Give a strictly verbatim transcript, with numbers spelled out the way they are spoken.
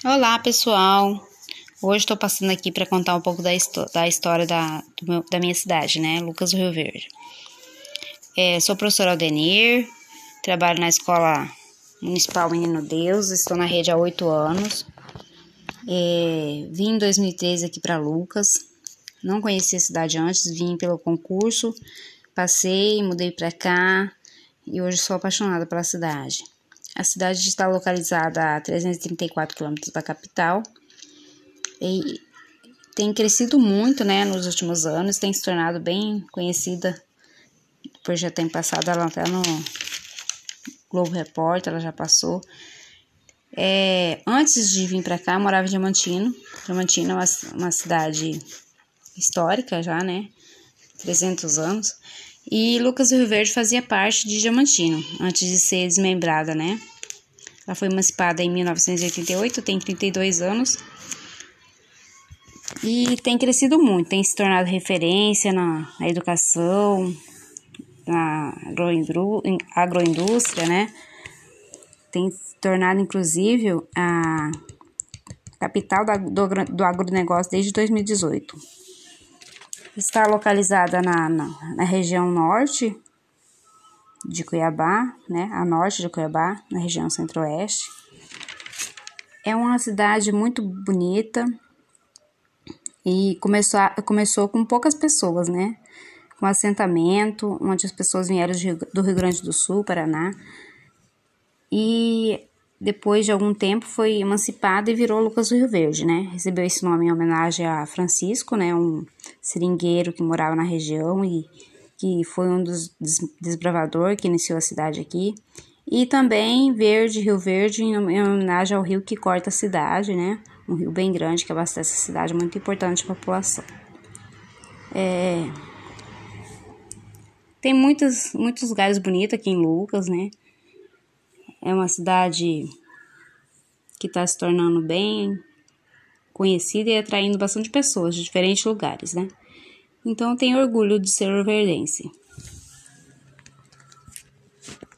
Olá, pessoal! Hoje estou passando aqui para contar um pouco da, da história da, do meu, da minha cidade, né? Lucas do Rio Verde. É, sou professora Aldenir, trabalho na Escola Municipal Menino Deus, estou na rede há oito anos. É, vim em dois mil e treze aqui para Lucas, não conhecia a cidade antes, vim pelo concurso, passei, mudei para cá e hoje sou apaixonada pela cidade. A cidade está localizada a trezentos e trinta e quatro quilômetros da capital e tem crescido muito, né, nos últimos anos, tem se tornado bem conhecida, depois já tem passado ela até no Globo Repórter, ela já passou. É, antes de vir para cá, eu morava em Diamantino. Diamantino é uma, uma cidade histórica já, né, trezentos anos. E Lucas do Rio Verde fazia parte de Diamantino, antes de ser desmembrada, né. Ela foi emancipada em mil novecentos e oitenta e oito, tem trinta e dois anos. E tem crescido muito, tem se tornado referência na, na educação, na agroindústria, né? Tem se tornado, inclusive, a capital da, do, do agronegócio desde dois mil e dezoito. Está localizada na, na, na região norte de Cuiabá, né? A norte de Cuiabá, na região centro-oeste. É uma cidade muito bonita. E começou, a, começou com poucas pessoas, né? Com assentamento, onde as pessoas vieram do Rio Grande do Sul, Paraná. E depois de algum tempo foi emancipada e virou Lucas do Rio Verde, né? Recebeu esse nome em homenagem a Francisco, né? Um seringueiro que morava na região e que foi um dos desbravadores que iniciou a cidade aqui. E também Verde, Rio Verde, em homenagem ao rio que corta a cidade, né? Um rio bem grande que abastece a cidade, muito importante para a população. É... Tem muitos, muitos lugares bonitos aqui em Lucas, né? É uma cidade que está se tornando bem conhecida e atraindo bastante pessoas de diferentes lugares, né? Então, eu tenho orgulho de ser rio-verdense.